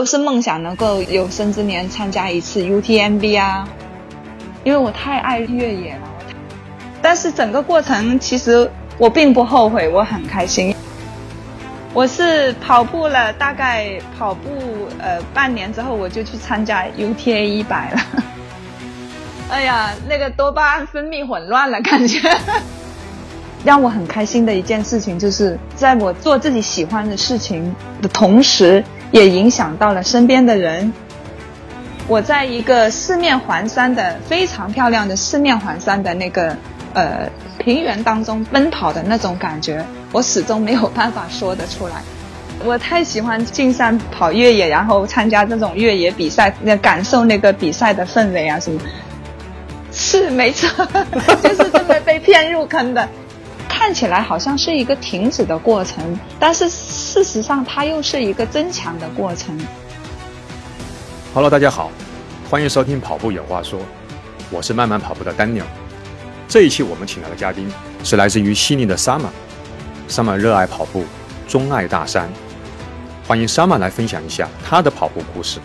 都是梦想能够有生之年参加一次 UTMB 啊，因为我太爱越野了。但是整个过程其实我并不后悔，我很开心。我是跑步了，大概跑步半年之后，我就去参加 UTA 100了。哎呀，那个多巴胺分泌混乱了，感觉。让我很开心的一件事情就是，在我做自己喜欢的事情的同时，也影响到了身边的人。我在一个四面环山的非常漂亮的四面环山的那个平原当中奔跑的那种感觉，我始终没有办法说得出来。我太喜欢进山跑越野，然后参加这种越野比赛，感受那个比赛的氛围啊什么。是没错，就是这么被骗入坑的。看起来好像是一个停止的过程，但是事实上它又是一个增强的过程。 Hello， 大家好，欢迎收听跑步有话说，我是慢慢跑步的 Daniel。这一期我们请来的嘉宾是来自于悉尼的 Sama 热爱跑步，钟爱大山。欢迎 Sama 来分享一下他的跑步故事。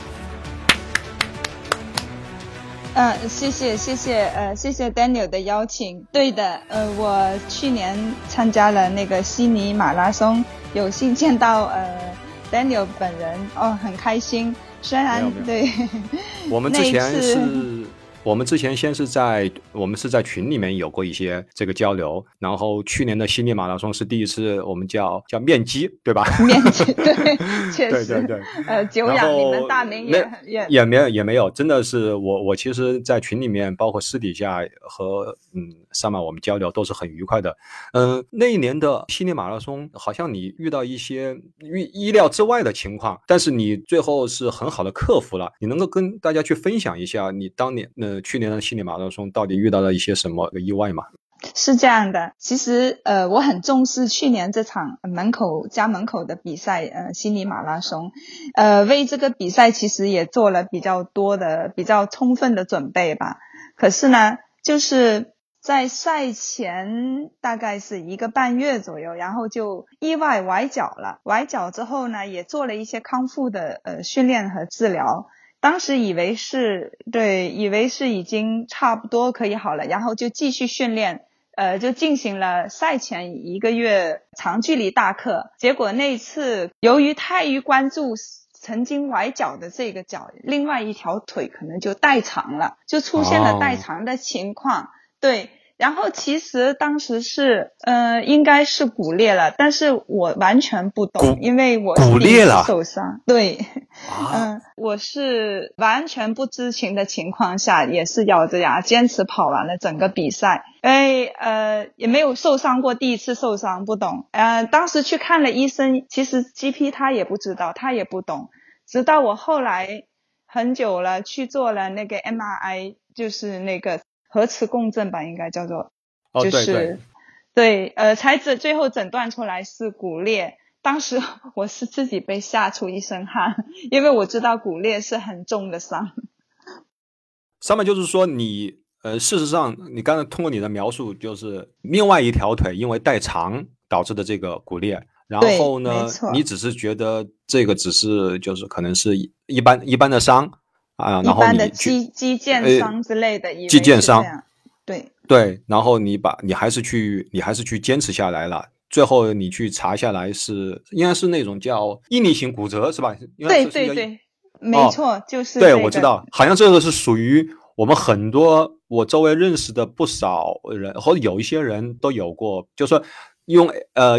谢谢 Daniel 的邀请。对的，我去年参加了那个悉尼马拉松，有幸见到Daniel 本人，很开心。虽然对， 我们之前先是在群里面有过一些这个交流，然后去年的悉尼马拉松是第一次我们叫面基，对吧？ 面基，对，确实， 对， 久仰你们大名也没有，真的是我其实在群里面，包括私底下和Sama我们交流都是很愉快的。那一年的悉尼马拉松，好像你遇到一些意料之外的情况，但是你最后是很好的克服了。你能够跟大家去分享一下你当年去年的悉尼马拉松到底遇到了一些什么意外吗？ 是这样的，其实我很重视去年这场家门口的比赛，悉尼马拉松，为这个比赛其实也做了比较充分的准备吧。可是呢，就是在赛前大概是1个半月左右，然后就意外崴脚了。崴脚之后呢，也做了一些康复的训练和治疗。当时以为是已经差不多可以好了，然后就继续训练，就进行了赛前1个月长距离大课。结果那一次由于太于关注曾经崴脚的这个脚，另外一条腿可能就代偿了，就出现了代偿的情况。对，然后其实当时是应该是骨裂了，但是我完全不懂，因为我是第一次受伤。对，我是完全不知情的情况下，也是咬着牙坚持跑完了整个比赛。也没有受伤过，第一次受伤不懂。当时去看了医生，其实 GP 他也不知道，他也不懂，直到我后来很久了去做了那个 MRI， 就是那个核磁共振吧，应该叫做，就是对，才最后诊断出来是骨裂。当时我是自己被吓出一身汗，因为我知道骨裂是很重的伤。 上面就是说你事实上你刚才通过你的描述，就是另外一条腿因为代偿导致的这个骨裂，然后呢你只是觉得这个只是就是可能是一般的伤啊，然后你一般的肌腱伤之类的， 肌腱伤， 对， 然后你还是去坚持下来了。最后你去查下来是应该是那种叫应力性骨折是吧？ 对，没错，就是对，我知道，好像这个是属于我们很多我周围认识的不少人，或者有一些人都有过，就是说用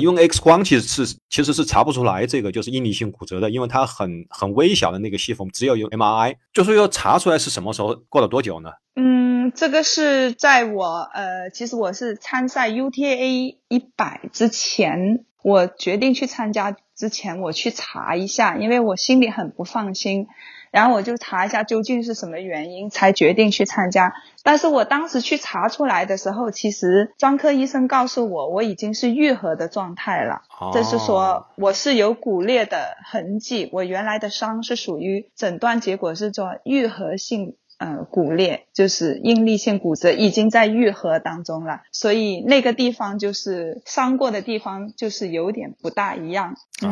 X 光其实是查不出来这个就是应力性骨折的，因为它很微小的那个细缝，只有用 MRI， 就是说查出来是什么时候，过了多久呢？ 这个是在我其实我是参赛 UTA 100之前，我决定去参加之前，我去查一下，因为我心里很不放心，然后我就查一下究竟是什么原因才决定去参加。但是我当时去查出来的时候，其实专科医生告诉我已经是愈合的状态了，这是说我是有骨裂的痕迹，我原来的伤是属于诊断结果是做愈合性骨裂，就是应力性骨折，已经在愈合当中了，所以那个地方就是伤过的地方就是有点不大一样。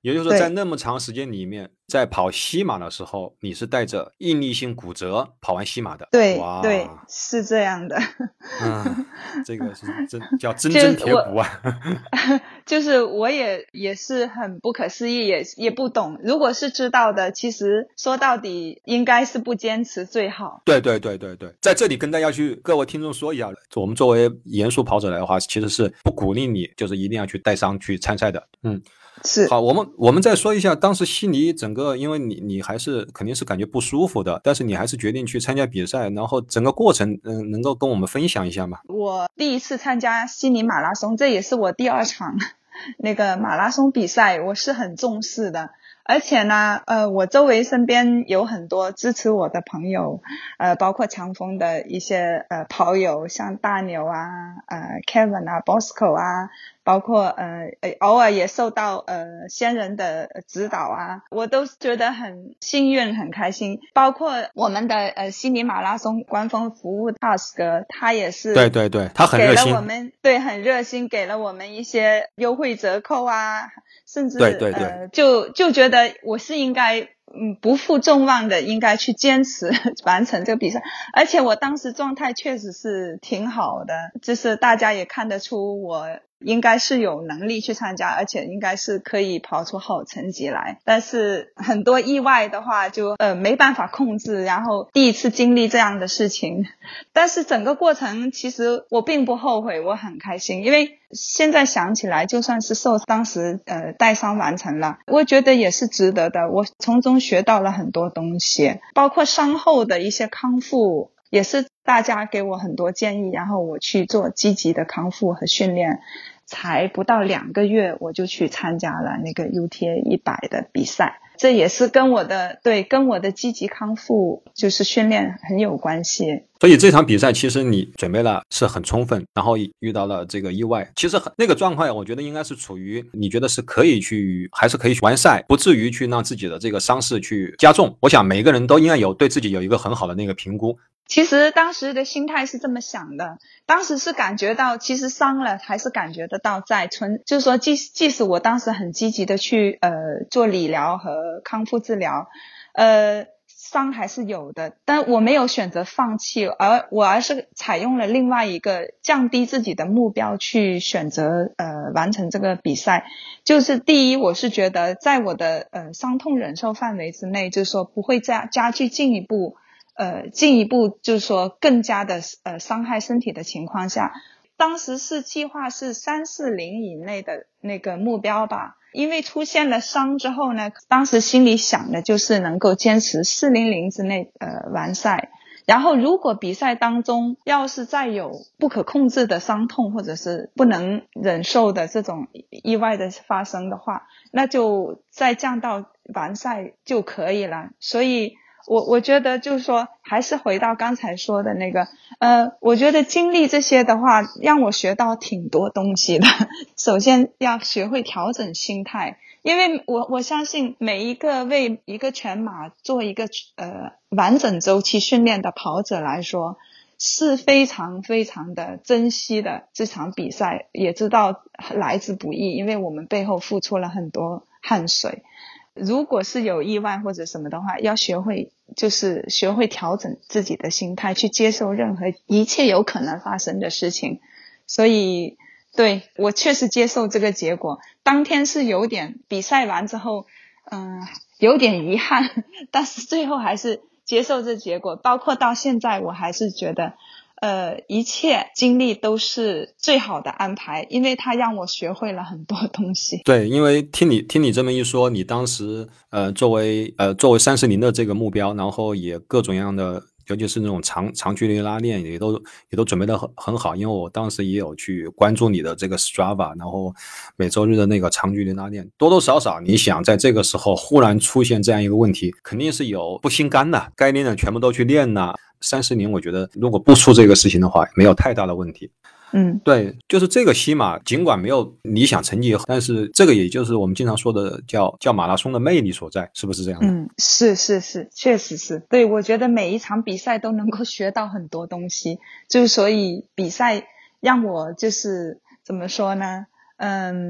也就是说在那么长时间里面，在跑西马的时候，你是带着应力性骨折跑完西马的。 对哇， 对，是这样的。 这个是真铁骨啊。 就是我也是很不可思议，也不懂。如果是知道的，其实说到底应该是不坚持最好。 对，在这里跟大家各位听众说一下，我们作为严肃跑者来的话，其实是不鼓励你就是一定要去带伤去参赛的。 是。 好，我们再说一下当时悉尼整个，因为你还是肯定是感觉不舒服的，但是你还是决定去参加比赛，然后整个过程能够跟我们分享一下吗？ 我第一次参加悉尼马拉松，这也是我第2场那个马拉松比赛，我是很重视的。而且呢我周围身边有很多支持我的朋友，包括强风的一些跑友，像大牛啊Kevin 啊 Bosco 啊，包括偶尔也受到先人的指导啊，我都觉得很幸运很开心。包括我们的悉尼马拉松官方服务 Task， 他也是对，他很热心， 给了我们很热心，给了我们一些优惠折扣啊，甚至对就觉得我是应该不负众望的，应该去坚持完成这个比赛。而且我当时状态确实是挺好的，就是大家也看得出我应该是有能力去参加，而且应该是可以跑出好成绩来。但是很多意外的话就没办法控制，然后第一次经历这样的事情。但是整个过程其实我并不后悔，我很开心，因为现在想起来，就算是当时带伤完成了，我觉得也是值得的。我从中学到了很多东西，包括伤后的一些康复，也是大家给我很多建议，然后我去做积极的康复和训练。才不到2个月，我就去参加了那个 UTA 100的比赛，这也是跟我的积极康复就是训练很有关系。 所以这场比赛其实你准备了是很充分，然后遇到了这个意外，其实那个状况我觉得应该是处于你觉得是还是可以去完赛，不至于去让自己的这个伤势去加重。我想每一个人都应该对自己有一个很好的那个评估。 其实当时的心态是这么想的，当时是感觉到其实伤了还是感觉得到就是说即使我当时很积极的去做理疗和康复治疗，伤还是有的，但我没有选择放弃，而是采用了另外一个降低自己的目标去选择完成这个比赛。就是第一，我是觉得在我的伤痛忍受范围之内，就是说不会加剧进一步就是说更加的伤害身体的情况下，当时是计划是340以内的那个目标吧。因为出现了伤之后呢，当时心里想的就是能够坚持400之内完赛。然后如果比赛当中要是再有不可控制的伤痛或者是不能忍受的这种意外的发生的话，那就再降到完赛就可以了。所以我觉得就是说还是回到刚才说的那个我觉得经历这些的话让我学到挺多东西的。首先要学会调整心态，因为我相信每一个为一个全马做一个完整周期训练的跑者来说是非常非常的珍惜的这场比赛，也知道来之不易，因为我们背后付出了很多汗水。如果是有意外或者什么的话，要学会调整自己的心态，去接受任何一切有可能发生的事情。所以对，我确实接受这个结果，当天是有点比赛完之后有点遗憾，但是最后还是接受这结果。包括到现在我还是觉得一切经历都是最好的安排，因为它让我学会了很多东西。 对，因为听你这么一说，你当时作为340的这个目标，然后也各种各样的，尤其是那种长距离拉练也都准备得很好。因为我当时也有去关注你的这个 Strava， 然后每周日的那个长距离拉练，多多少少你想在这个时候忽然出现这样一个问题，肯定是有不心甘的，该练的全部都去练了。340我觉得如果不出这个事情的话，没有太大的问题。对，就是这个西马尽管没有理想成绩，但是这个也就是我们经常说的叫马拉松的魅力所在，是不是这样的？ 是，确实是。对，我觉得每一场比赛都能够学到很多东西，就所以比赛让我就是怎么说呢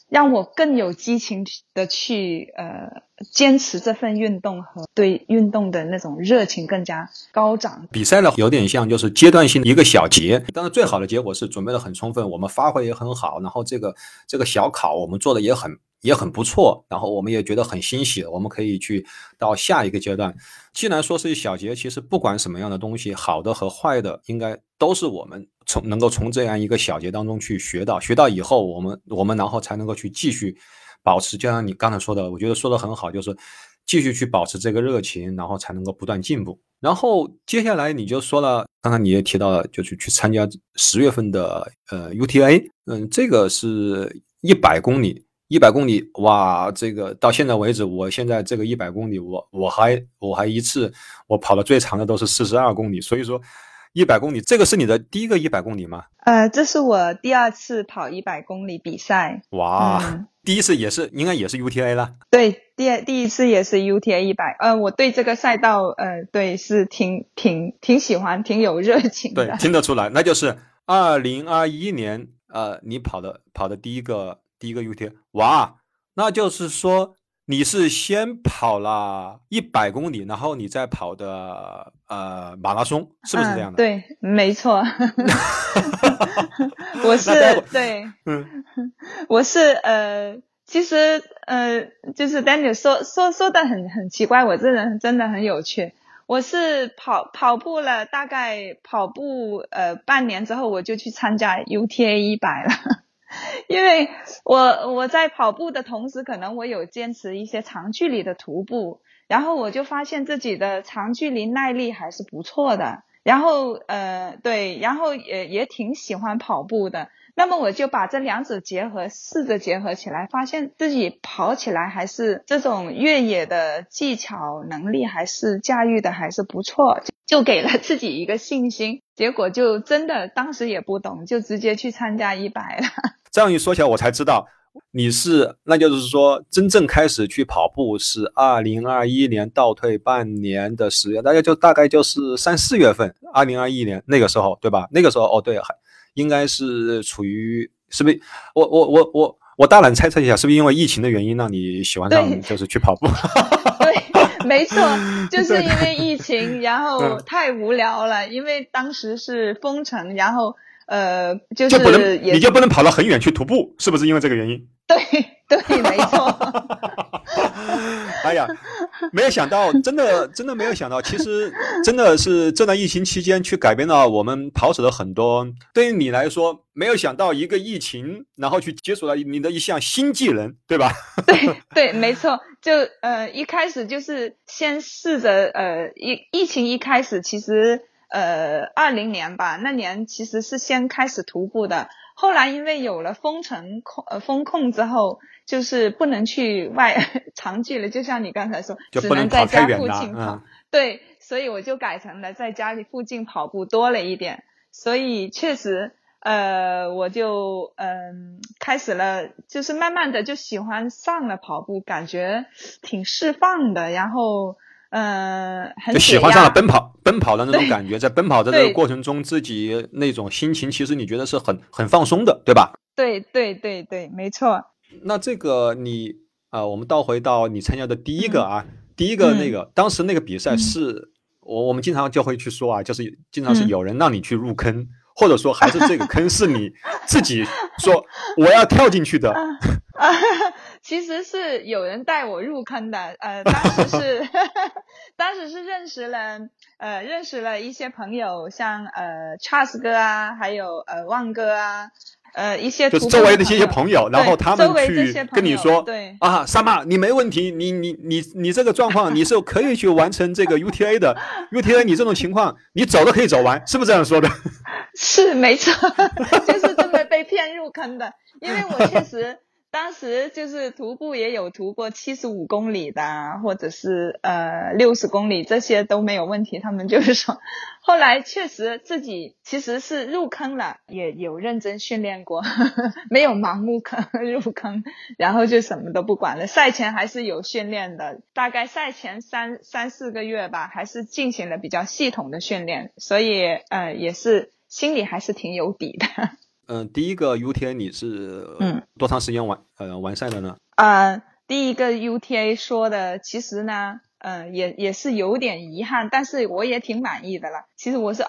让我更有激情的去坚持这份运动和对运动的那种热情更加高涨。 比赛呢有点像就是阶段性的一个小结，当然最好的结果是准备得很充分，我们发挥也很好，然后这个小考我们做的也很不错，然后我们也觉得很欣喜，我们可以去到下一个阶段。既然说是小结，其实不管什么样的东西，好的和坏的应该都是我们能够从这样一个小结当中去学到以后我们然后才能够去继续保持，就像你刚才说的，我觉得说的很好，就是继续去保持这个热情，然后才能够不断进步。然后接下来你就说了，刚才你也提到了，就是去参加10月份的UTA，这个是100公里，100公里，哇，这个到现在为止，我现在这个100公里，我还一次我跑的最长的都是42公里，所以说100公里，这个是你的第一个100公里吗？ 这是我第2次跑100公里比赛。 哇，第一次应该也是 UTA 啦。 对，第一次也是 UTA 100。我对这个赛道对是挺喜欢，挺有热情的。 对，听得出来，那就是2021年你跑的第一个 UTA。哇，那就是说你是先跑了100公里，然后你再跑的马拉松，是不是这样的？ 对，没错。我是对，我是其实就是 Daniel 说的很奇怪，我这人真的很有趣。我是跑步了，大概跑步半年之后，我就去参加 UTA 100了。因为我在跑步的同时，可能我有坚持一些长距离的徒步，然后我就发现自己的长距离耐力还是不错的，然后对，然后也挺喜欢跑步的。那么我就把这两者试着结合起来，发现自己跑起来还是这种越野的技巧能力还是驾驭的还是不错，就给了自己一个信心。结果就真的当时也不懂，就直接去参加100了。 这样一说起来，我才知道那就是说真正开始去跑步是2021年倒退半年的10月，大概就是3、4月份，2021年那个时候，对吧？那个时候对，应该是处于是不是？我大胆猜测一下，是不是因为疫情的原因让你喜欢上就是去跑步？ 对，没错，就是因为疫情，然后太无聊了，因为当时是封城，然后就是你就不能跑到很远去徒步，是不是因为这个原因？ 对，没错。 哎呀，没有想到，真的没有想到，其实真的是这段疫情期间去改变了我们跑者的很多。对于你来说，没有想到一个疫情，然后去解锁了你的一项新技能，对吧？ 对，没错。就一开始就是先试着疫情一开始其实20年吧，那年其实是先开始徒步的。后来因为有了封控之后，就是不能去长距离，就像你刚才说， 就不能跑太远了， 只能在家附近跑。对，所以我就改成了在家里附近跑步多了一点。所以确实我就开始了，就是慢慢的就喜欢上了跑步，感觉挺释放的，然后很就喜欢上了奔跑的那种感觉，在奔跑的这个过程中，自己那种心情，其实你觉得是很放松的，对吧？ 对，没错。 那这个我们倒回到你参加的第一个第一个那个当时那个比赛是我们经常就会去说就是经常是有人让你去入坑，或者说还是这个坑是你自己说我要跳进去的。 其实是有人带我入坑的，当时是认识了一些朋友，像Charles 哥啊，还有旺哥啊，一些就是周围的这些朋友，然后他们去跟你说， 对萨玛你没问题，你这个状况你是可以去完成这个 UTA 的，UTA 你这种情况你走都可以走完，是不是这样说的？ 是没错，就是这么被骗入坑的，因为我确实。当时就是徒步也有徒过75公里的，或者是60公里，这些都没有问题。他们就是说，后来确实自己其实是入坑了，也有认真训练过，没有盲目入坑，然后就什么都不管了。赛前还是有训练的，大概赛前3、4个月吧，还是进行了比较系统的训练，所以也是心里还是挺有底的。 第一个 UTA 你是多长时间完赛的呢？ 第一个 UTA 说的，其实呢，也是有点遗憾，但是我也挺满意的了。其实我是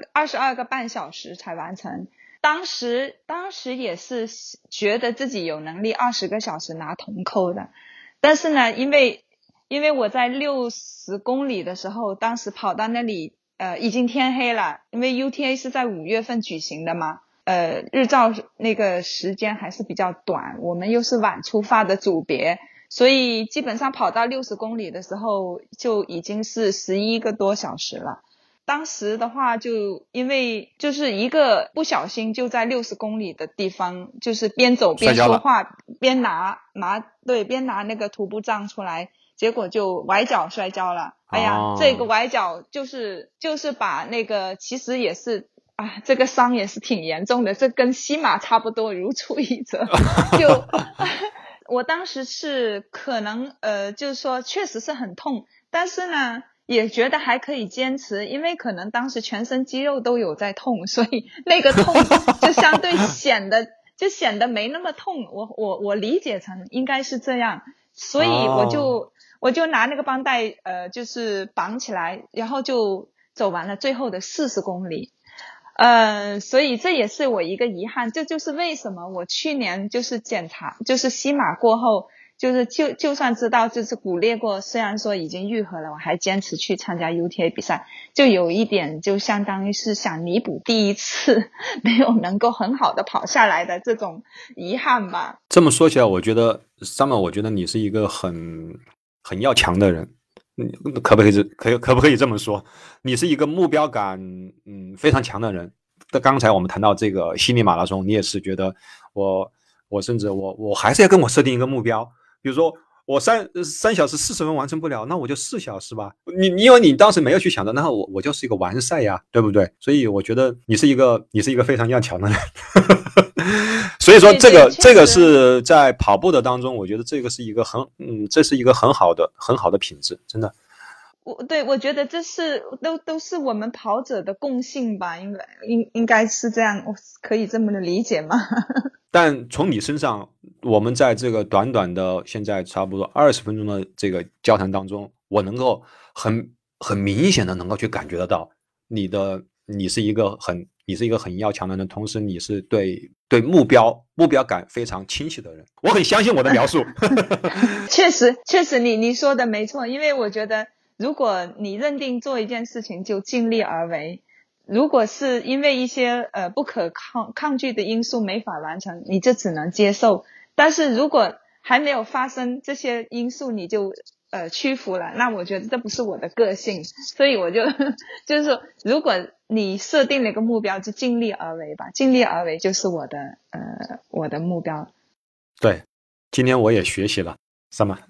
22个半小时才完成，当时也是觉得自己有能力20个小时拿铜扣的，但是呢，因为我在60公里的时候，当时跑到那里，已经天黑了，因为 UTA 是在5月份举行的嘛。日照那个时间还是比较短，我们又是晚出发的组别，所以基本上跑到60公里的时候就已经是11个多小时了。当时的话就因为就是一个不小心就在60公里的地方，就是边走边说话边拿那个徒步杖出来，结果就崴脚摔跤了。哎呀，这个崴脚就是把那个其实也是这个伤也是挺严重的，这跟西马差不多，如出一辙。就我当时是可能就是说确实是很痛，但是呢也觉得还可以坚持，因为可能当时全身肌肉都有在痛，所以那个痛就相对显得没那么痛。我理解成应该是这样，所以我就拿那个绷带就是绑起来，然后就走完了最后的40公里。所以这也是我一个遗憾，这就是为什么我去年就是检查，就是西马过后，就是就算知道就是骨裂过，虽然说已经愈合了，我还坚持去参加 UTA 比赛，就有一点就相当于是想弥补第一次没有能够很好的跑下来的这种遗憾吧。 这么说起来，我觉得 Summer， 我觉得你是一个很要强的人。可不可以这么说？你是一个目标感非常强的人。刚才我们谈到这个悉尼马拉松，你也是觉得我甚至我还是要跟我设定一个目标，比如说我3小时40分完成不了，那我就4小时吧。因为你当时没有去想的，那我就是一个完赛呀，对不对？所以我觉得你是一个非常要强的人。所以说这个是在跑步的当中，我觉得这个是一个这是一个很好的品质，真的。 我觉得这是都是我们跑者的共性吧，应该是这样，我可以这么的理解吗？ 但从你身上，我们在这个短短的现在差不多20分钟的这个交谈当中，我能够很明显的能够去感觉得到你是一个很要强的人，同时你是对目标感非常清晰的人。我很相信我的描述。 确实你说的没错，因为我觉得如果你认定做一件事情就尽力而为，如果是因为一些不可抗拒的因素没法完成，你就只能接受。但是如果还没有发生这些因素，你就屈服了，那我觉得这不是我的个性，所以我就是说，如果你设定了一个目标，就尽力而为吧，尽力而为就是我的目标。 对，今天我也学习了。什么？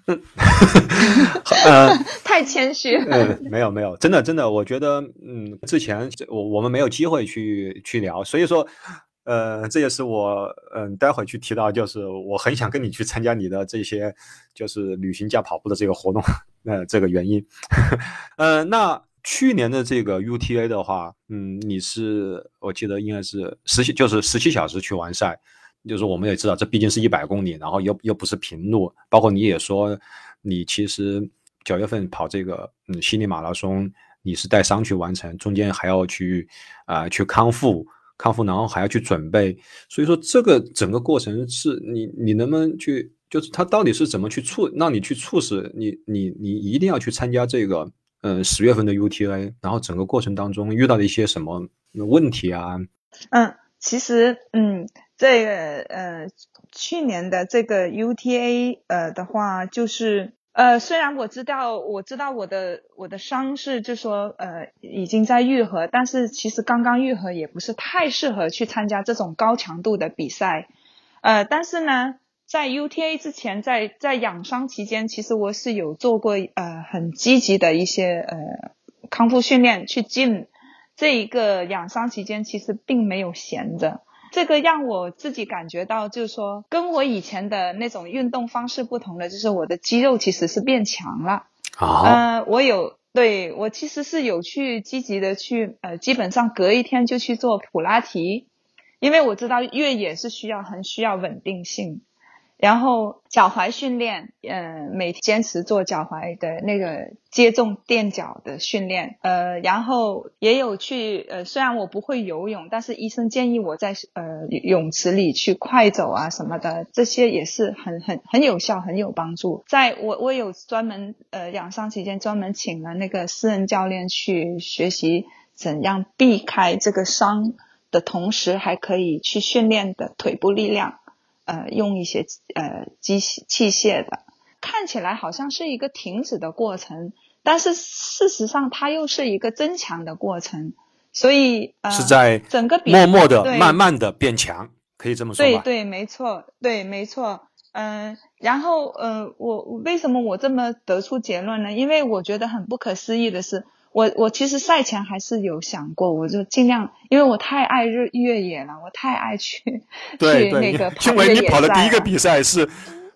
太谦虚了。没有，真的，我觉得，之前我们没有机会去聊，所以说，这也是我，待会去提到，就是我很想跟你去参加你的这些，就是旅行加跑步的这个活动，这个原因。那去年的这个 UTA 的话，你是我记得应该是17小时去完赛。就是我们也知道，这毕竟是100公里，然后又不是平路，包括你也说，你其实9月份跑这个悉尼马拉松，你是带伤去完成，中间还要去康复，然后还要去准备，所以说这个整个过程是你能不能去，就是他到底是怎么去让你去促使你一定要去参加这个10月份的 UTA， 然后整个过程当中遇到的一些什么问题啊？ 其实这个去年的这个 UTA 的话，就是虽然我知道我的伤势就说已经在愈合，但是其实刚刚愈合也不是太适合去参加这种高强度的比赛。但是呢，在 UTA 之前，在养伤期间，其实我是有做过很积极的一些康复训练去gym。这一个养伤期间其实并没有闲着，这个让我自己感觉到就是说跟我以前的那种运动方式不同的，就是我的肌肉其实是变强了。我其实是有去积极的去基本上隔一天就去做普拉提， 因为我知道越野是很需要稳定性。然后脚踝训练，每天坚持做脚踝的那个接重垫脚的训练，然后也有去，虽然我不会游泳，但是医生建议我在泳池里去快走啊什么的，这些也是很有效，很有帮助。我有专门养伤期间专门请了那个私人教练去学习怎样避开这个伤的同时，还可以去训练的腿部力量。用一些器械的，看起来好像是一个停止的过程，但是事实上它又是一个增强的过程，所以是在整个默默的、慢慢的变强，可以这么说吧？ 对，没错，对，没错。然后我为什么我这么得出结论呢？因为我觉得很不可思议的是，我其实赛前还是有想过，我就尽量，因为我太爱越野了，我太爱去那个跑越野赛了。 因为你跑的第一个比赛是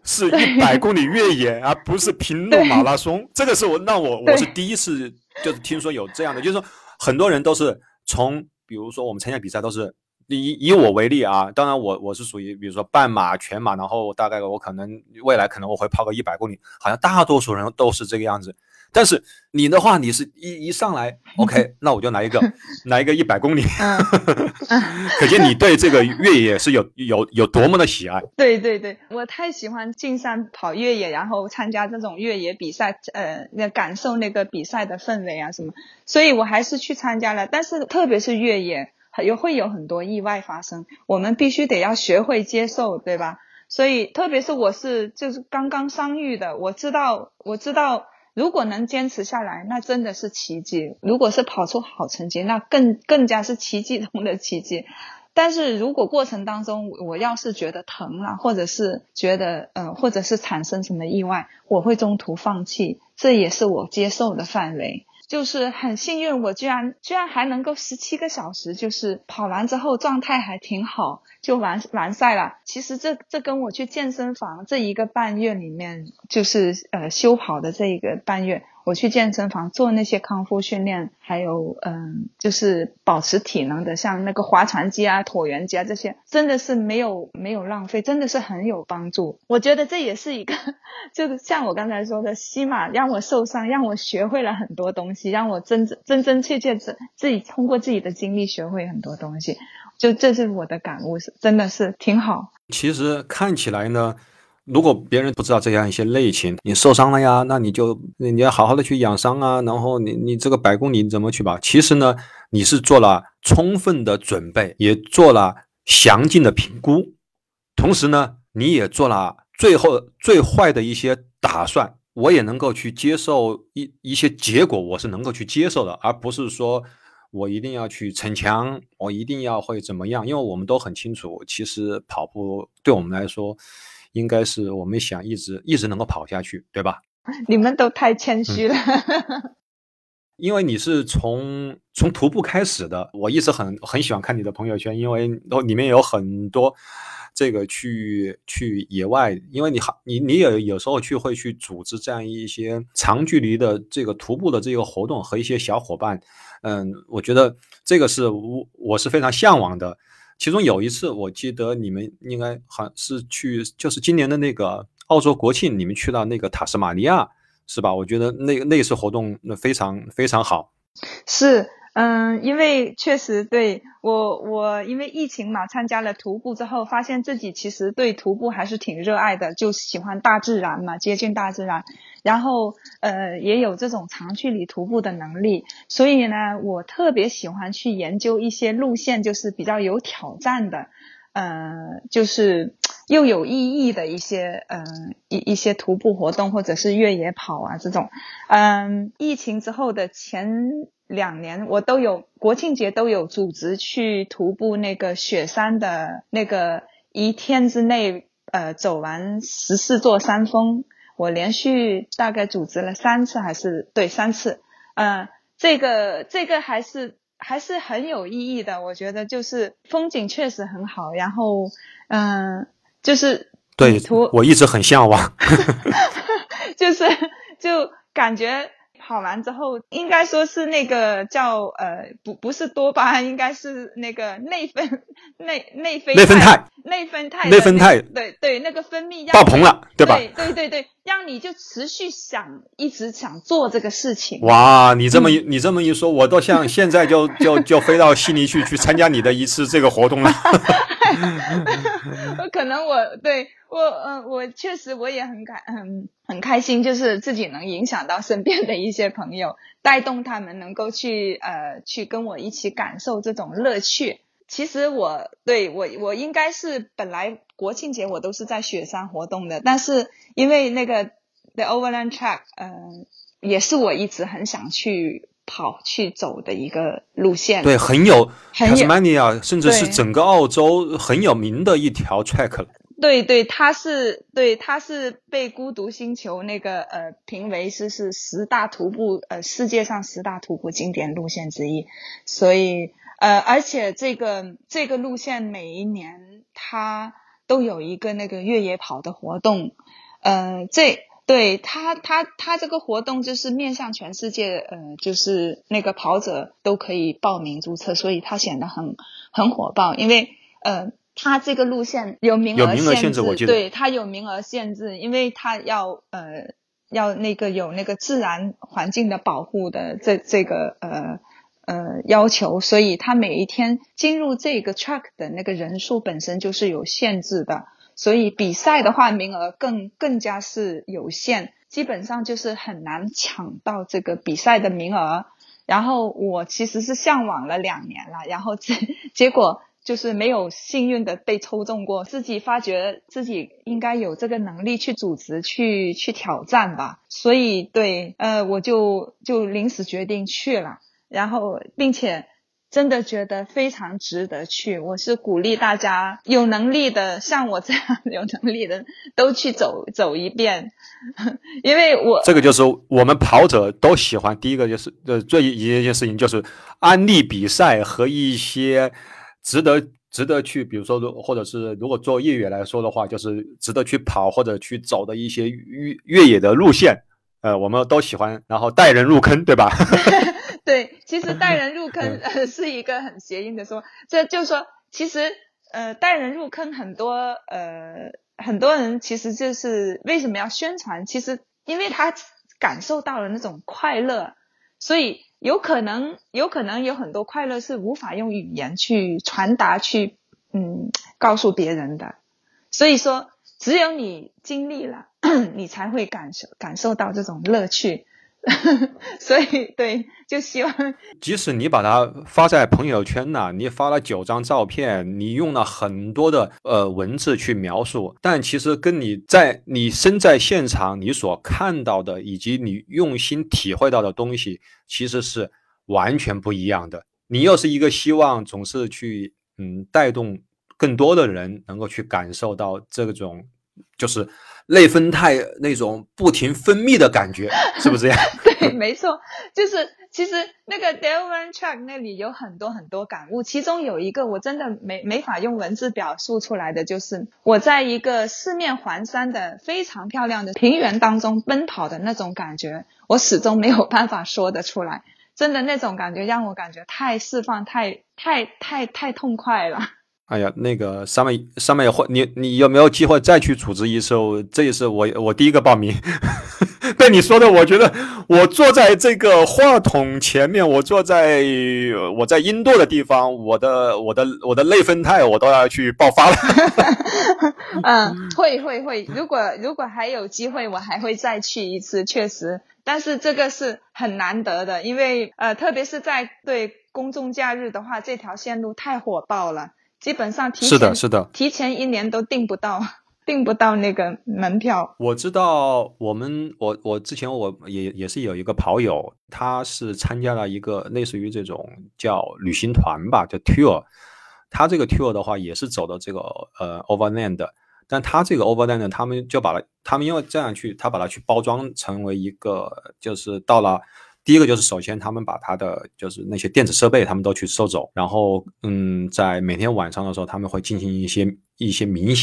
100公里越野，而不是平路马拉松。这个是我是第一次就是听说有这样的，就是说很多人都是从比如说我们参加比赛都是以我为例啊，当然我是属于比如说半马、全马，然后大概我可能未来可能我会跑个100公里，好像大多数人都是这个样子。但是你的话，你是一上来 OK， 那我就来一个100公里。可见你对这个越野是有多么的喜爱。 对，我太喜欢进山跑越野，然后参加这种越野比赛，感受那个比赛的氛围啊什么，所以我还是去参加了。但是特别是越野，会有很多意外发生，我们必须得要学会接受，对吧？所以特别是就是刚刚伤愈的，我知道如果能坚持下来，那真的是奇迹。如果是跑出好成绩，那更加是奇迹中的奇迹。但是如果过程当中我要是觉得疼了，或者是觉得或者是产生什么意外，我会中途放弃，这也是我接受的范围。就是很幸运，我居然还能够17个小时，就是跑完之后状态还挺好，就完赛了。其实这跟我去健身房这一个半月里面，就是休跑的这一个半月，我去健身房做那些康复训练，还有就是保持体能的，像那个划船机啊、椭圆机啊这些，真的是没有浪费，真的是很有帮助。我觉得这也是一个，就是像我刚才说的，西马让我受伤，让我学会了很多东西，让我真切自己通过自己的经历学会很多东西，就这是我的感悟，真的是挺好。 其实看起来呢，如果别人不知道这样一些内情，你受伤了呀，那你要好好的去养伤啊，然后你这个100公里怎么去跑？其实呢，你是做了充分的准备，也做了详尽的评估，同时呢，你也做了最坏的一些打算。我也能够去接受一些结果，我是能够去接受的，而不是说我一定要去逞强，我一定要会怎么样。因为我们都很清楚，其实跑步对我们来说，应该是我们想一直能够跑下去，对吧？ 你们都太谦虚了。 因为你是从徒步开始的，我一直很喜欢看你的朋友圈，因为里面有很多这个去野外，因为你也有时候会去组织这样一些长距离的这个徒步的这个活动，和一些小伙伴，我觉得这个是我是非常向往的。其中有一次我记得你们应该好像是就是今年的那个澳洲国庆，你们去到那个塔斯马尼亚是吧？我觉得那次活动非常非常好。 是，因为确实对我因为疫情嘛，参加了徒步之后，发现自己其实对徒步还是挺热爱的，就喜欢大自然嘛，接近大自然，然后也有这种长距离徒步的能力，所以呢，我特别喜欢去研究一些路线，就是比较有挑战的，就是又有意义的一些一些徒步活动或者是越野跑啊这种。疫情之后的前2年，我都有国庆节都有组织去徒步那个雪山的那个1天之内走完14座山峰，我连续大概组织了3次3次。这个还是很有意义的，我觉得就是风景确实很好，然后就是对，我一直很向往。 就感觉跑完之后，应该说是那个叫不是多巴胺，应该是那个内啡肽，对那个分泌爆棚了，对吧？ 对，让你就持续一直想做这个事情。 哇，你这么一说，我都想现在就飞到悉尼去参加你的一次这个活动了。 可能我确实我也很开心，就是自己能影响到身边的一些朋友，带动他们能够去跟我一起感受这种乐趣。其实我应该是本来国庆节我都是在雪山活动的，但是因为那个 The Overland Track 也是我一直很想去走的一个路线。 对，很有 Tasmania 甚至是整个澳洲很有名的一条 track 了。 对，它是被孤独星球那个评为是10大徒步世界上10大徒步经典路线之一，所以而且这个路线每一年它都有一个那个越野跑的活动，对它这个活动就是面向全世界，就是那个跑者都可以报名注册，所以它显得很火爆，因为它这个路线有名额限制， 我记得对，它有名额限制，因为它要那个有那个自然环境的保护的这个要求，所以它每一天进入这个 track 的那个人数本身就是有限制的，所以比赛的话名额更加是有限，基本上就是很难抢到这个比赛的名额。然后我其实是向往了2年了，然后结果就是没有幸运的被抽中过，自己发觉自己应该有这个能力去组织去挑战吧，所以对我就临时决定去了，然后并且真的觉得非常值得去，我是鼓励大家有能力的，像我这样有能力的都去走一遍。因为这个就是我们跑者都喜欢，第一个就是最一件事情就是安利比赛和一些值得去，比如说或者是如果做越野来说的话，就是值得去跑或者去走的一些越野的路线，我们都喜欢，然后带人入坑，对吧？ 对，其实带人入坑是一个很谐音的说，这就是说其实带人入坑很多人其实就是为什么要宣传，其实因为他感受到了那种快乐，所以有可能有很多快乐是无法用语言去传达去告诉别人的，所以说只有你经历了你才会感受到这种乐趣。所以对，就希望即使你把它发在朋友圈呐，你发了9张照片，你用了很多的文字去描述，但其实跟你身在现场你所看到的以及你用心体会到的东西其实是完全不一样的。你又是一个希望总是去带动更多的人能够去感受到这种就是内啡肽那种不停分泌的感觉，是不是这样？ 对，没错，就是其实那个 The Overland Track 那里有很多感悟，其中有一个我真的没法用文字表述出来的，就是我在一个四面环山的非常漂亮的平原当中奔跑的那种感觉，我始终没有办法说得出来，真的那种感觉让我感觉太释放，太痛快了。 哎呀，那个上面你有没有机会再去组织一次？这也是我第一个报名。被你说的，我觉得我坐在这个话筒前面，我在印度的地方，我的内啡肽我都要去爆发了。 会，如果还有机会，我还会再去一次，确实。但是这个是很难得的，因为特别是在对公众假日的话，这条线路太火爆了。基本上提前1年都订不到那个门票。 我知道我之前我也是有一个跑友，他是参加了一个类似于这种叫旅行团吧，叫 tour。他这个 tour 的话也是走的这个overland， 但他这个 overland 他们因为这样去，他把它去包装成为一个，就是到了。第一个就是首先他们把他的就是那些电子设备他们都去收走，然后在每天晚上的时候他们会进行一些冥想，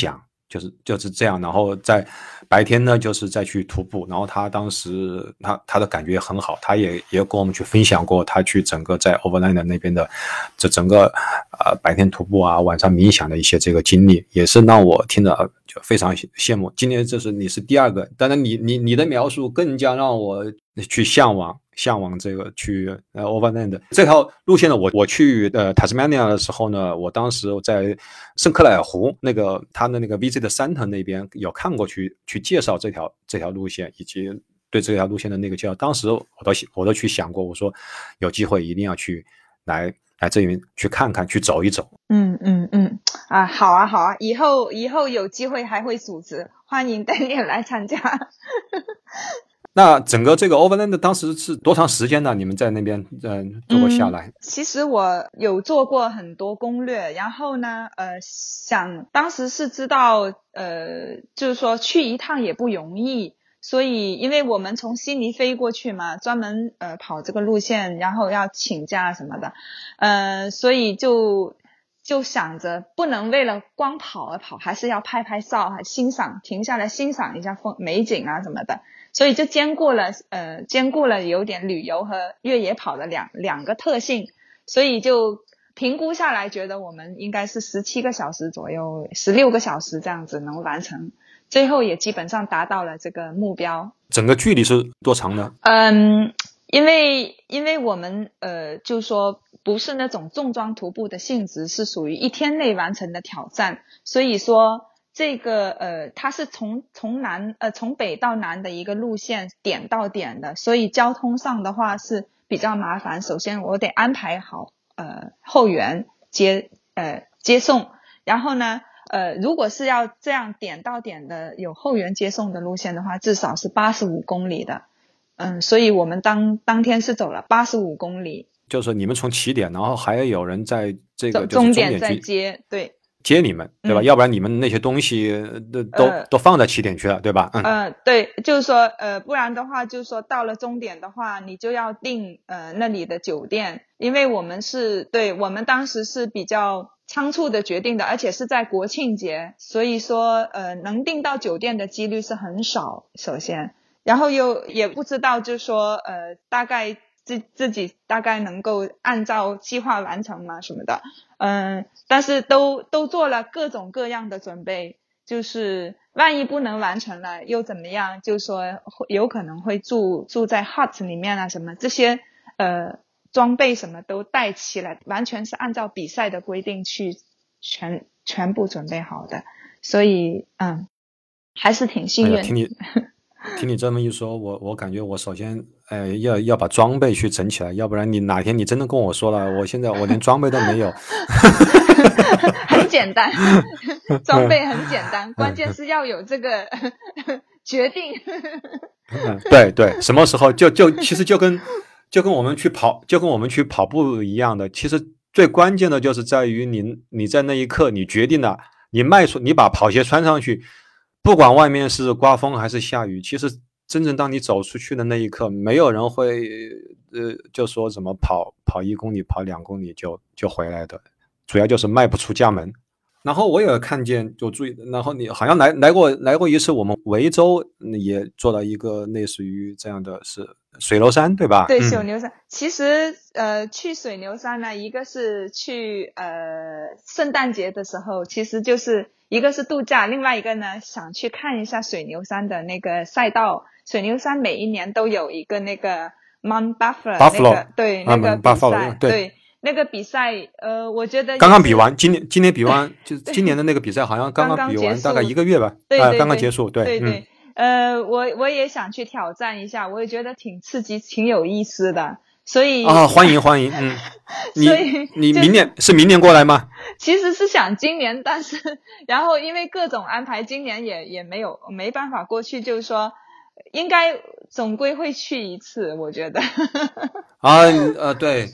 就是这样，然后在白天呢，就是再去徒步。然后他当时他的感觉很好，他也跟我们去分享过他去整个在 Overland 那边的这整个白天徒步啊，晚上冥想的一些这个经历，也是让我听着就非常羡慕。今年你是第二个，当然你的描述更加让我去向往这个去Overland 这条路线呢。我去Tasmania 的时候呢，我当时在圣克莱尔湖他的那个 Visit Center 那边有看过去介绍这条路线，以及对这条路线的那个介绍。当时我都去想过，我说有机会一定要去来这边去看看，去走一走。 好啊，以后有机会还会组织，欢迎 Daniel 来参加。 那整个这个 Overland 当时是多长时间呢？你们在那边做过下来？ 其实我有做过很多攻略，然后呢当时是知道就是说去一趟也不容易，所以因为我们从悉尼飞过去嘛，专门跑这个路线，然后要请假什么的，所以就想着不能为了光跑而跑，还是要拍照，还停下来欣赏一下美景啊什么的。所以就兼顾了有点旅游和越野跑的两个特性，所以就评估下来觉得我们应该是17个小时左右，16个小时这样子能完成，最后也基本上达到了这个目标。 整个距离是多长呢？ 因为我们就是说不是那种重装徒步的性质，是属于1天内完成的挑战，所以说这个它是从北到南的一个路线，点到点的，所以交通上的话是比较麻烦。首先我得安排好后援接送，然后呢如果是要这样点到点的有后援接送的路线的话，至少是85公里的。所以我们当天是走了85公里。 就是你们从起点，然后还有人在这个终点再接你们，对吧？要不然你们那些东西都放在起点去了，对吧？ 对，就是说不然的话，就是说到了终点的话，你就要订那里的酒店，因为我们当时是比较仓促的决定的，而且是在国庆节，所以说能订到酒店的几率是很少，首先，然后也不知道就是说大概自己大概能够按照计划完成吗什么的，但是都做了各种各样的准备，就是万一不能完成了又怎么样，就是说有可能会住在 hut 里面啊什么，这些装备什么都带齐了，完全是按照比赛的规定去全部准备好的，所以还是挺幸运。 听你这么一说，我感觉我首先要把装备去整起来，要不然你哪天你真的跟我说了，我连装备都没有。 很简单，装备很简单，关键是要有这个决定。 对，什么时候其实就跟我们去跑步一样的，其实最关键的就是在于你在那一刻你决定了，你把跑鞋穿上去，不管外面是刮风还是下雨，其实真正当你走出去的那一刻，没有人会就说怎么跑1公里跑2公里就回来的，主要就是迈不出家门。然后我也看见就注意，然后你好像来过一次我们维州，也做了一个类似于这样的是水牛山，对吧？ 对，水牛山。其实去水牛山呢，一个是去圣诞节的时候，其实就是一个是度假，另外一个呢想去看一下水牛山的那个赛道。水牛山每一年都有一个那个 Mount Buffalo 那个对那个比赛，对那个比赛我觉得刚刚比完，今年比完，就今年的那个比赛好像刚刚比完，大概1个月吧， 对， 刚刚结束，对。 我也想去挑战一下，我也觉得挺刺激挺有意思的，所以欢迎你明年过来吗？ 其实是想今年，但是然后因为各种安排，今年也没办法过去，就是说应该总归会去一次，我觉得。 对，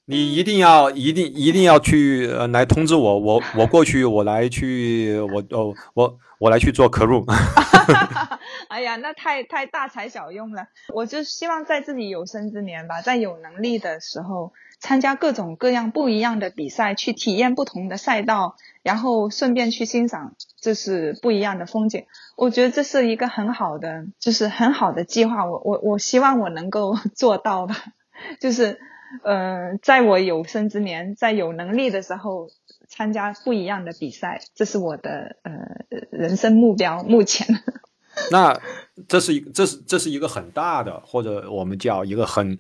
你一定要去来通知我，我过去，我来去我来去做 crew。 哎呀，那太大材小用了。我就希望在自己有生之年吧，在有能力的时候，参加各种各样不一样的比赛，去体验不同的赛道，然后顺便去欣赏就是不一样的风景。我觉得这是一个很好的，就是很好的计划。我希望我能够做到吧，就是在我有生之年，在有能力的时候参加不一样的比赛，这是我的人生目标。目前， 那这是一个很大的，或者我们叫一个很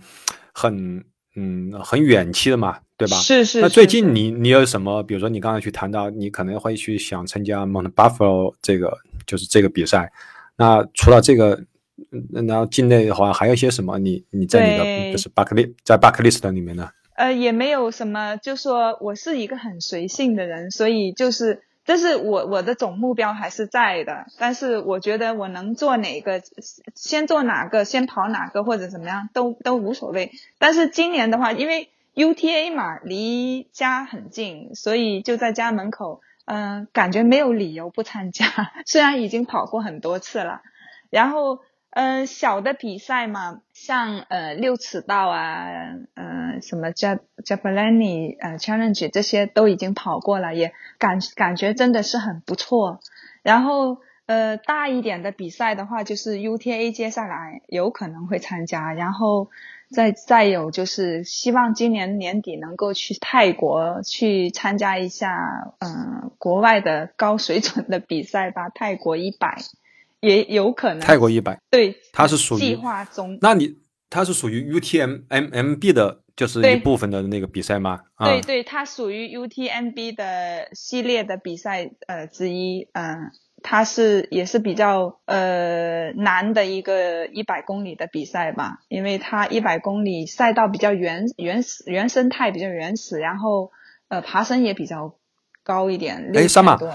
远期的嘛，对吧？ 是。 那最近你有什么？比如说你刚才去谈到，你可能会去想参加 Mount Buffalo 就是这个比赛。那除了这个，然后境内的话还有一些什么？你在你的就是 bucket list 里面呢？ 也没有什么，就说我是一个很随性的人，所以就是这是我的总目标还是在的，但是我觉得我能做哪个，先做哪个，先跑哪个或者怎么样都无所谓。但是今年的话，因为 UTA 嘛离家很近，所以就在家门口，感觉没有理由不参加，虽然已经跑过很多次了。然后小的比赛嘛，像6尺道啊，什么 Jabalani Challenge 这些都已经跑过了，也感觉真的是很不错。然后大一点的比赛的话，就是 UTA 接下来有可能会参加，然后再有就是希望今年年底能够去泰国去参加一下国外的高水准的比赛吧，泰国100。也有可能泰国100， 对， 它是属于计划中。 那它是属于 UTMB 的，就是一部分的那个比赛吗？ 对，它属于 UTMB 的系列的比赛之一。它也是比较难的一个100公里的比赛吧，因为它100公里赛道比较原生态比较原始，然后爬升也比较高一点，6000多。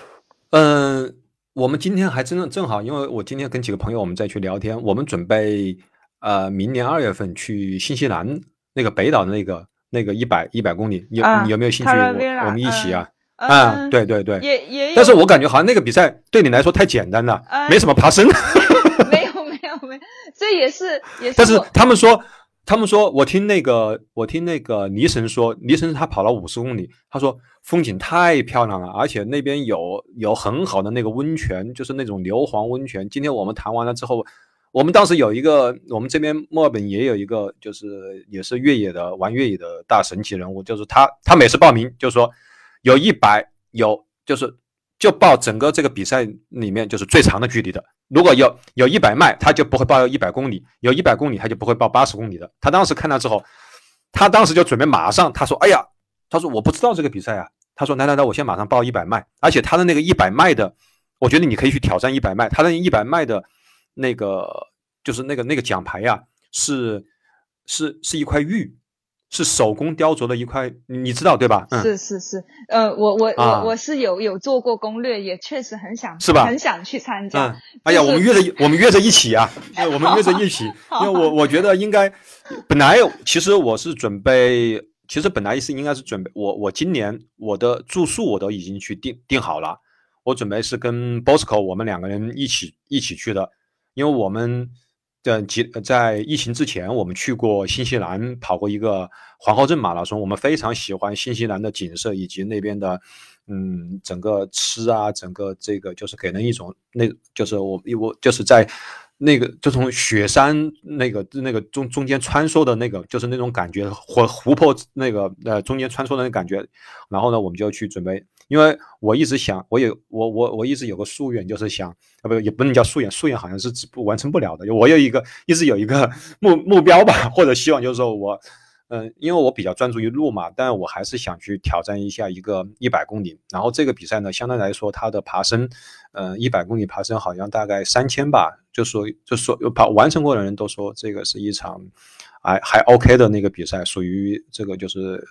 我们今天还正好，因为我今天跟几个朋友我们再去聊天，我们准备明年2月份去新西兰那个北岛的那个100公里，你有没有兴趣？我们一起啊？对， 也有， 但是我感觉好像那个比赛对你来说太简单了，没什么爬升。 没有，这也是。 但是他们说，我听那个尼神说，尼神他跑了50公里，他说风景太漂亮了，而且那边有很好的那个温泉，就是那种硫磺温泉。今天我们谈完了之后，我们当时有一个，我们这边墨尔本也有一个，就是也是玩越野的大神级人物，就是他每次报名就是说有100，就报整个这个比赛里面就是最长的距离的。如果有100迈，他就不会报100公里；有100公里，他就不会报80公里的。他当时看到之后，他当时就准备马上，他说：“哎呀，他说我不知道这个比赛啊。”他说：“来，我先马上报100迈。”而且他的那个100迈的，我觉得你可以去挑战100迈。他的100迈的那个就是那个奖牌呀、是一块玉。是手工雕琢的一块，你知道对吧？ 是，我是有做过攻略，也确实很想， 是吧？ 很想去参加。 哎呀，我们约着一起啊！我们约着一起，因为我觉得应该，本来其实我是准备，本来应该是准备，我今年我的住宿我都已经去订好了，我准备是跟 Bosco 我们2个人一起去的，因为我们。在疫情之前，我们去过新西兰，跑过一个皇后镇马拉松。我们非常喜欢新西兰的景色以及那边的，整个吃啊，整个这个就是给人一种就是我就是在那个就从雪山那个中间穿梭的那个，就是那种感觉，湖泊那个中间穿梭的那个感觉。然后呢，我们就去准备。因为我一直想，我一直有个夙愿，就是想也不能叫夙愿，夙愿好像是完成不了的。我一直有一个目标吧，或者希望就是说我，因为我比较专注于路嘛，但我还是想去挑战一下一个100公里。然后这个比赛呢，相对来说它的爬升，100公里爬升好像大概3000吧，就说完成过的人都说这个是一场还 OK 的那个比赛，属于这个就是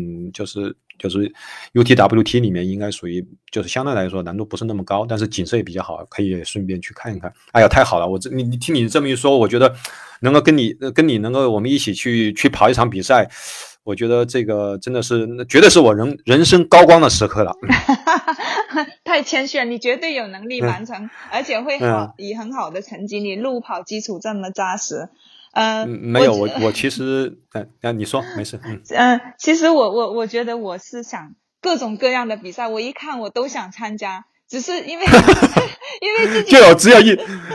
UTWT 里面应该属于就是相对来说难度不是那么高，但是景色也比较好，可以顺便去看一看。哎呀，太好了！你听你这么一说，我觉得能够跟你能够我们一起去跑一场比赛， 我觉得这个真的是绝对是我人生高光的时刻了。 太谦虚了，你绝对有能力完成，而且会以很好的成绩，你路跑基础这么扎实。 没有，我其实你说没事。 其实我觉得我是想各种各样的比赛，我一看我都想参加，只是因为因为自己只有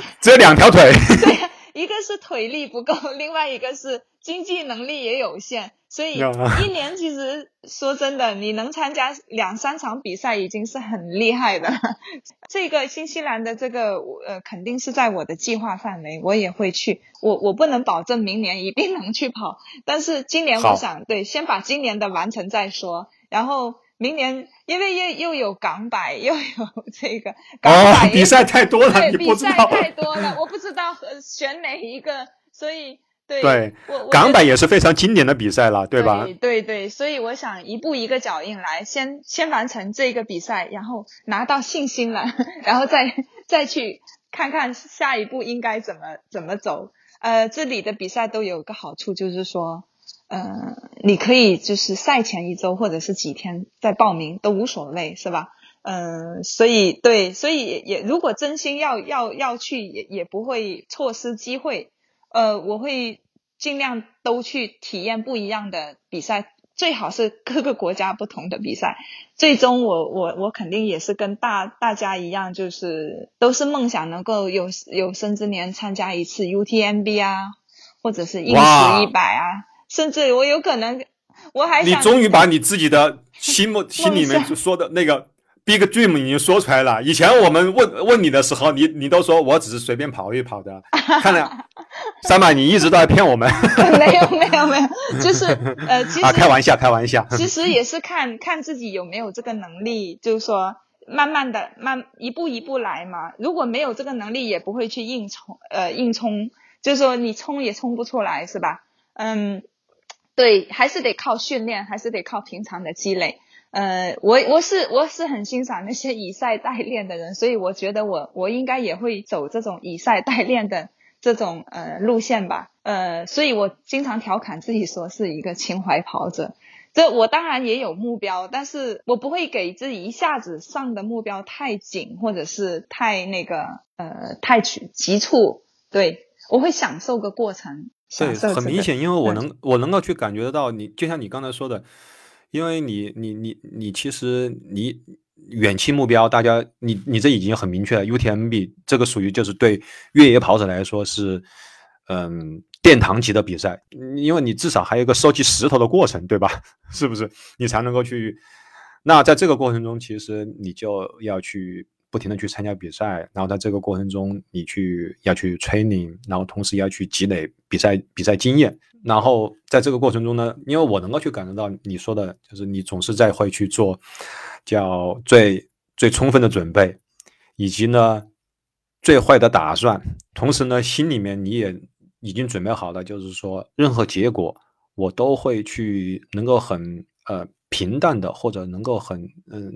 2条腿。 对，一个是腿力不够，另外一个是经济能力也有限，所以一年其实说真的，你能参加2-3场比赛已经是很厉害的。这个新西兰的这个肯定是在我的计划范围，我也会去。我不能保证明年一定能去跑，但是今年我想先把今年的完成再说，然后明年因为又有港百，又有这个港百， 比赛太多了， 对，比赛太多了，我不知道选哪一个，所以对，港百也是非常经典的比赛了，对吧？ 对，所以我想一步一个脚印来，先完成这个比赛，然后拿到信心了，然后再去看看下一步应该怎么走。这里的比赛都有个好处，就是说你可以就是赛前1周或者是几天再报名都无所谓，是吧？所以也如果真心要去，也不会错失机会。我会尽量都去体验不一样的比赛，最好是各个国家不同的比赛。最终我肯定也是跟大家一样，就是都是梦想能够有生之年参加一次 UTMB 啊，或者是硬实100啊，甚至我有可能我还想， 你终于把你自己的心里面说的那个Big Dream 已经说出来了。以前我们问你的时候，你都说我只是随便跑一跑的。看来三马你一直都在骗我们。 没有，就是其实开玩笑。 其实也是看自己有没有这个能力，就是说慢慢的一步一步来嘛。如果没有这个能力，也不会去硬冲，就是说你冲也冲不出来，是吧？对，还是得靠训练，还是得靠平常的积累。我是很欣赏那些以赛代练的人，所以我觉得我应该也会走这种以赛代练的这种路线吧。所以我经常调侃自己说是一个情怀跑者。这我当然也有目标，但是我不会给自己一下子上的目标太紧，或者是太太急促。对，我会享受个过程。 对，很明显，因为我能够去感觉得到你，就像你刚才说的，因为你其实你远期目标，大家你这已经很明确了 ，UTMB 这个属于就是对越野跑者来说是殿堂级的比赛，因为你至少还有一个收集石头的过程，对吧？是不是？你才能够去。那在这个过程中，其实你就要去不停的去参加比赛，然后在这个过程中你要去 training， 然后同时要去积累比赛经验，然后在这个过程中呢，因为我能够去感受到你说的就是你总是在会去做叫最充分的准备，以及呢最坏的打算，同时呢心里面你也已经准备好了，就是说任何结果我都会去能够很平淡的，或者能够很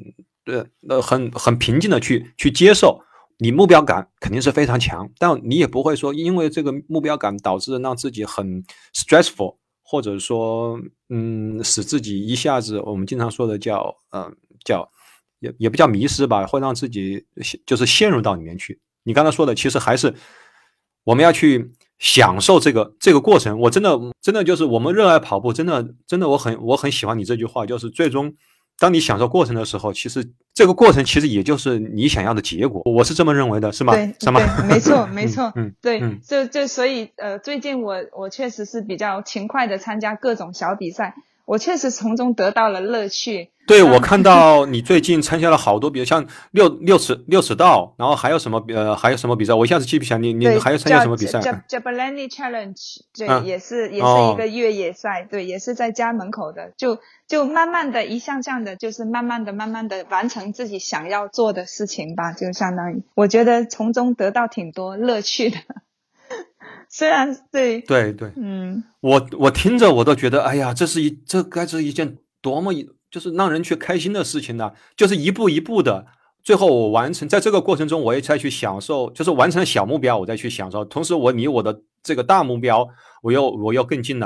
平静的去接受。你目标感肯定是非常强，但你也不会说因为这个目标感导致让自己很 stressful， 或者说使自己一下子我们经常说的叫也不叫迷失吧，会让自己就是陷入到里面去。你刚才说的其实还是我们要去享受这个过程。我真的就是我们热爱跑步，真的我很喜欢你这句话，就是最终当你享受过程的时候，其实这个过程其实也就是你想要的结果，我是这么认为的，是吗？ 对，没错，对，就所以最近我确实是比较勤快的参加各种小比赛，我确实从中得到了乐趣。 对，我看到你最近参加了好多比赛，像六尺道，然后还有什么比赛？我一下子记不起来，你还有参加什么比赛 ？Jabalani Challenge， 对，也是一个越野赛，对，也是在家门口的，就慢慢的一项项的，就是慢慢的完成自己想要做的事情吧，就相当于我觉得从中得到挺多乐趣的。虽然对， 我听着我都觉得，哎呀，这该是一件多么就是让人去开心的事情呢，就是一步一步的，最后我完成，在这个过程中我也再去享受，就是完成小目标我再去享受，同时我离我的这个大目标我又更近了。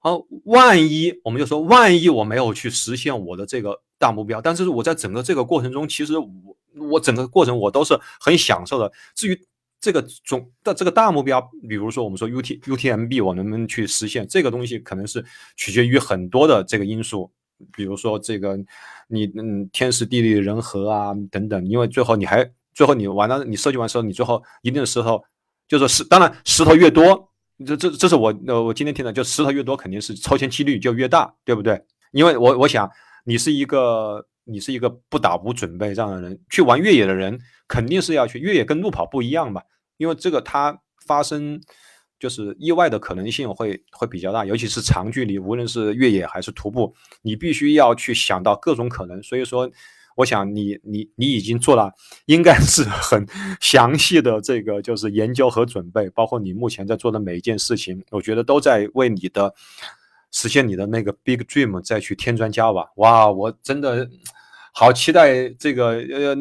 万一我们就说万一我没有去实现我的这个大目标，但是我在整个这个过程中，其实我整个过程我都是很享受的。至于这个这个大目标，比如说我们说 UTMB 我能不能去实现，这个东西可能是取决于很多的这个因素，比如说这个你天时地利人和啊等等，因为最后你完了你设计完之后，你最后一定的时候就是当然石头越多。这是我今天听的，就石头越多，肯定是抽签几率就越大，对不对？因为我想你是一个不打无准备这样的人，去玩越野的人肯定是要去越野，跟路跑不一样吧？因为这个它发生就是意外的可能性会比较大，尤其是长距离，无论是越野还是徒步，你必须要去想到各种可能。所以说，我想你已经做了，应该是很详细的这个就是研究和准备，包括你目前在做的每一件事情，我觉得都在为你的实现你的那个 big dream 再去添砖加瓦。哇，我真的好期待这个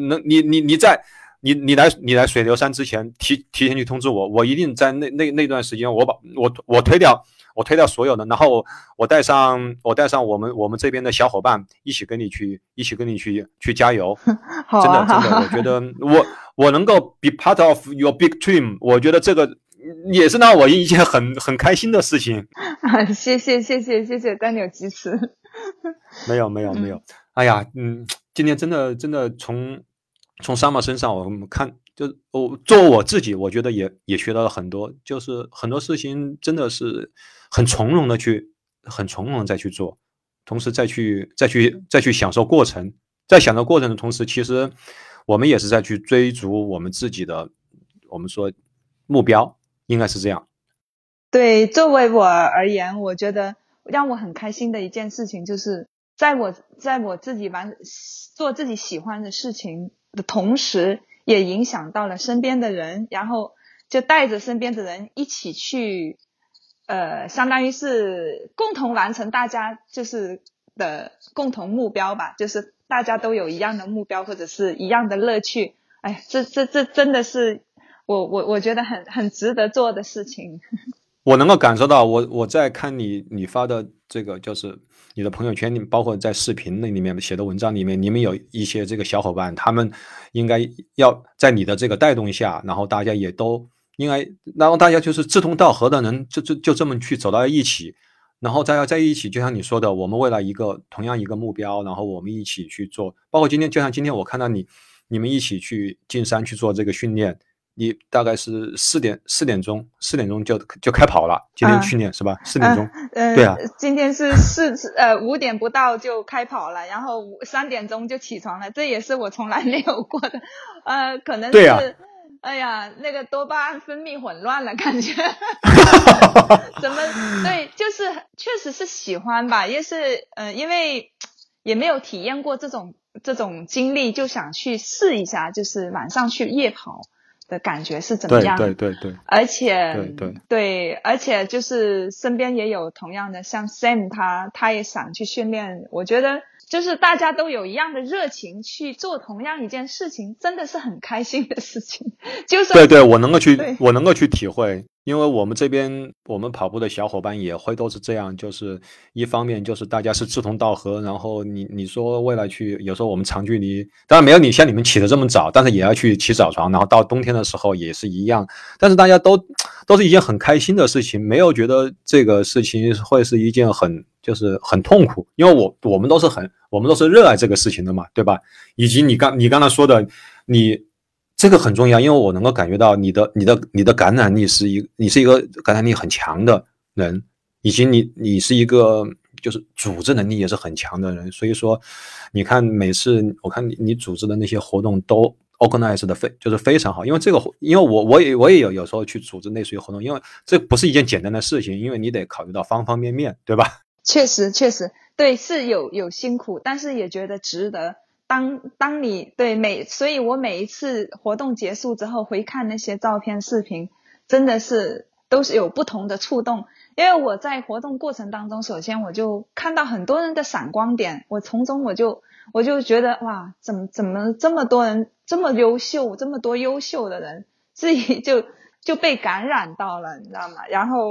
你来水流山之前提前去通知我，我一定在那段时间我推掉所有的，然后我带上我们这边的小伙伴一起跟你去加油。 好真的啊，好我觉得我能够 be part of your big dream， 我觉得这个也是让我一件很开心的事情。 谢谢 Daniel 支持。 没有，哎呀，今天真的从 Summer 身上，我们看，就作为我自己，我觉得也学到了很多，就是很多事情真的是很从容的再去做，同时再去享受过程，在享受过程的同时，其实我们也是在去追逐我们自己的，我们说目标，应该是这样。 对，作为我而言，我觉得让我很开心的一件事情，就是在我自己做自己喜欢的事情的同时，也影响到了身边的人，然后就带着身边的人一起去，相当于是共同完成大家就是的共同目标吧，就是大家都有一样的目标或者是一样的乐趣。哎，这真的是我觉得很值得做的事情。 我能够感受到，我在看你发的这个，就是你的朋友圈里，包括在视频那里面写的文章里面，你们有一些这个小伙伴，他们应该要在你的这个带动下，然后大家也都应该，然后大家就是志同道合的人，就这么去走到一起，然后大家在一起，就像你说的，我们为了同样一个目标，然后我们一起去做，包括就像今天我看到你们一起去进山去做这个训练。你大概是4点钟就开跑了。今天训练是吧？4点钟。对啊， 今天是5点不到就开跑了，然后3点钟就起床了，这也是我从来没有过的。可能是对啊， 哎呀，那个多巴胺分泌混乱了，感觉。怎么对，就是确实是喜欢吧，也是因为也没有体验过这种经历，就想去试一下，就是晚上去夜跑的感觉是怎么样？ 对， 而且对， 而且就是身边也有同样的，像 Sam 他也想去训练，我觉得就是大家都有一样的热情去做同样一件事情，真的是很开心的事情。就是对，我能够去体会。因为我们这边我们跑步的小伙伴也会都是这样，就是一方面就是大家是志同道合，然后你说为了去，有时候我们长距离，当然没有像你们起得这么早，但是也要去起早床，然后到冬天的时候也是一样，但是大家都是一件很开心的事情，没有觉得这个事情会是一件就是很痛苦，因为我们都是热爱这个事情的嘛，对吧？以及你刚才说的，这个很重要，因为我能够感觉到你的感染力你是一个感染力很强的人，以及你是一个就是组织能力也是很强的人，所以说你看每次我看你组织的那些活动都 organize 的就是非常好，因为我也有时候去组织类似于活动，因为这不是一件简单的事情，因为你得考虑到方方面面，对吧？ 确实对，是有辛苦，但是也觉得值得。当你对所以我每一次活动结束之后回看那些照片视频，真的是都是有不同的触动。因为我在活动过程当中，首先我就看到很多人的闪光点，我从中我就觉得哇，怎么这么多人这么优秀，这么多优秀的人，自己就被感染到了，你知道吗？然后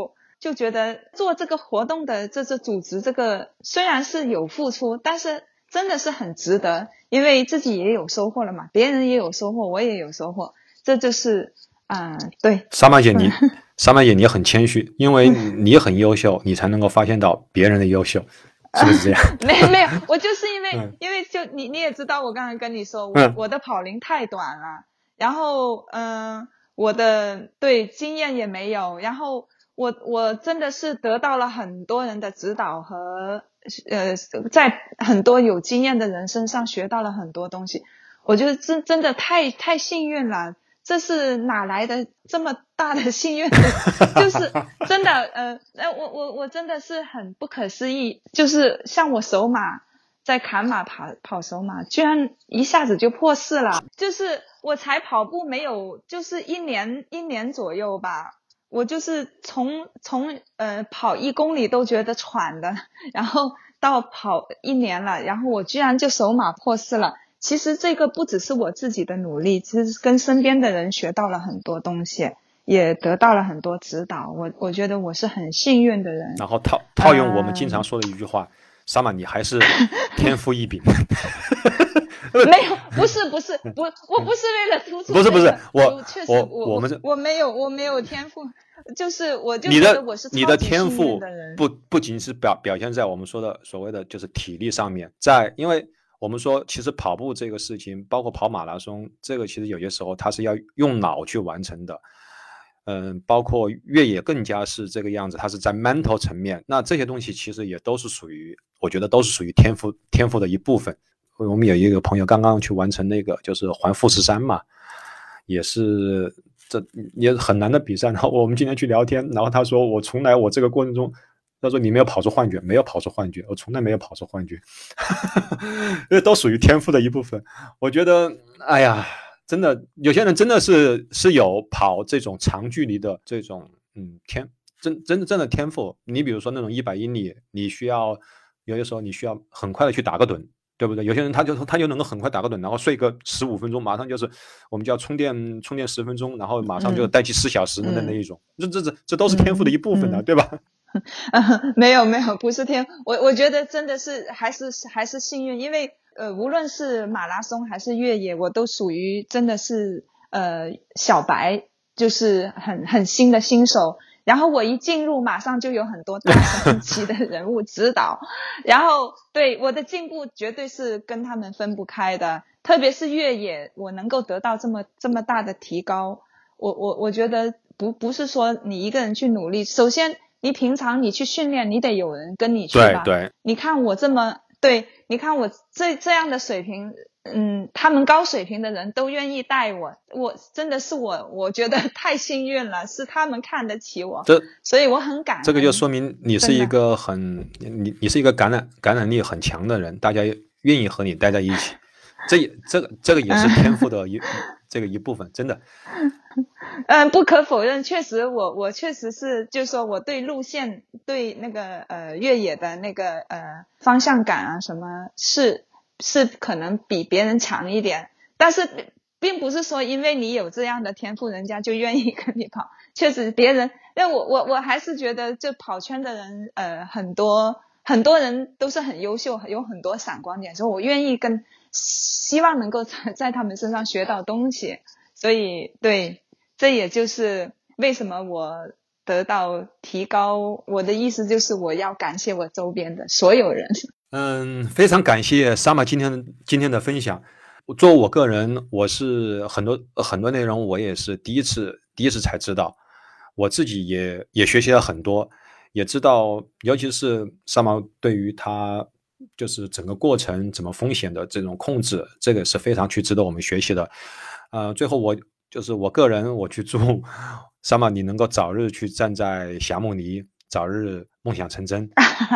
就觉得做这个活动的这组织这个虽然是有付出，但是真的是很值得，因为自己也有收获了嘛，别人也有收获，我也有收获，这就是对。 莎玛姐你很谦虚，因为你很优秀，你才能够发现到别人的优秀，是不是这样？ 没有，我就是因为就你也知道，我刚才跟你说，我的跑龄太短了，然后我的对经验也没有，然后我真的是得到了很多人的指导和在很多有经验的人身上学到了很多东西，我觉得真的太幸运了。这是哪来的这么大的幸运？就是真的，我真的是很不可思议。就是像我首马在坎马跑首马，居然一下子就破4了。就是我才跑步没有，就是一年左右吧，我就是从跑1公里都觉得喘的，然后到跑1年了，然后我居然就首马破4了。其实这个不只是我自己的努力，其实跟身边的人学到了很多东西，也得到了很多指导。我觉得我是很幸运的人。 然后套用我们经常说的一句话，莎玛你还是天赋异禀。 没有，不是，我不是为了突出， 不是， 确实我没有天赋，就是我就觉得我是超级幸运的人。 你的天赋不仅是表现在我们说的所谓的就是体力上面，因为我们说其实跑步这个事情，包括跑马拉松，这个其实有些时候它是要用脑去完成的。包括越野更加是这个样子，它是在 mental 层面，那这些东西其实也都是属于，我觉得都是属于天赋的一部分。我们有一个朋友刚刚去完成那个就是环富士山嘛，也是这也很难的比赛。然后我们今天去聊天，然后他说我这个过程中，他说你没有跑出幻觉，没有跑出幻觉，我从来没有跑出幻觉。这都属于天赋的一部分。我觉得哎呀，真的有些人真的是有跑这种长距离的这种真的天赋。你比如说那种100英里，你需要有些时候你需要很快的去打个盹，对不对？有些人他就能够很快打个盹，然后睡个15分钟，马上就是我们叫充电10分钟，然后马上就待机4小时的那一种。这都是天赋的一部分的，对吧？ 没有，不是天赋。我觉得真的是还是幸运，因为无论是马拉松还是越野，我都属于真的是小白，就是很新的新手。然后我一进入，马上就有很多大神级的人物指导，然后对我的进步绝对是跟他们分不开的。特别是越野，我能够得到这么大的提高，我觉得不是说你一个人去努力，首先你平常你去训练，你得有人跟你去吧。 对， 你看我你看我这样的水平。他们高水平的人都愿意带我真的是我觉得太幸运了，是他们看得起我，所以我很感恩。 这个就说明你是一个你是一个感染力很强的人，大家愿意和你待在一起，这个也是天赋的这个一部分，真的。 不可否认，确实我确实是，就是说我对路线对那个越野的那个方向感啊什么是可能比别人强一点，但是并不是说因为你有这样的天赋，人家就愿意跟你跑。确实别人，但我还是觉得，就跑圈的人，很多人都是很优秀，有很多闪光点，所以我愿意希望能够在他们身上学到东西。所以对，这也就是为什么我得到提高。我的意思就是我要感谢我周边的所有人。 非常感谢 Summer 今天的分享。作为我个人，我是很多内容我也是第一次才知道，我自己也学习了很多，也知道，尤其是 Summer 对于他就是整个过程怎么风险的这种控制，这个是非常值得我们学习的。最后我个人我去祝 Summer 你能够早日去站在霞慕尼，早日梦想成真。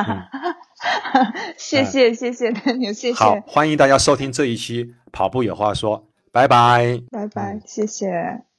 谢谢Daniel，谢谢。 好，欢迎大家收听这一期跑步有话说，拜拜， 谢谢。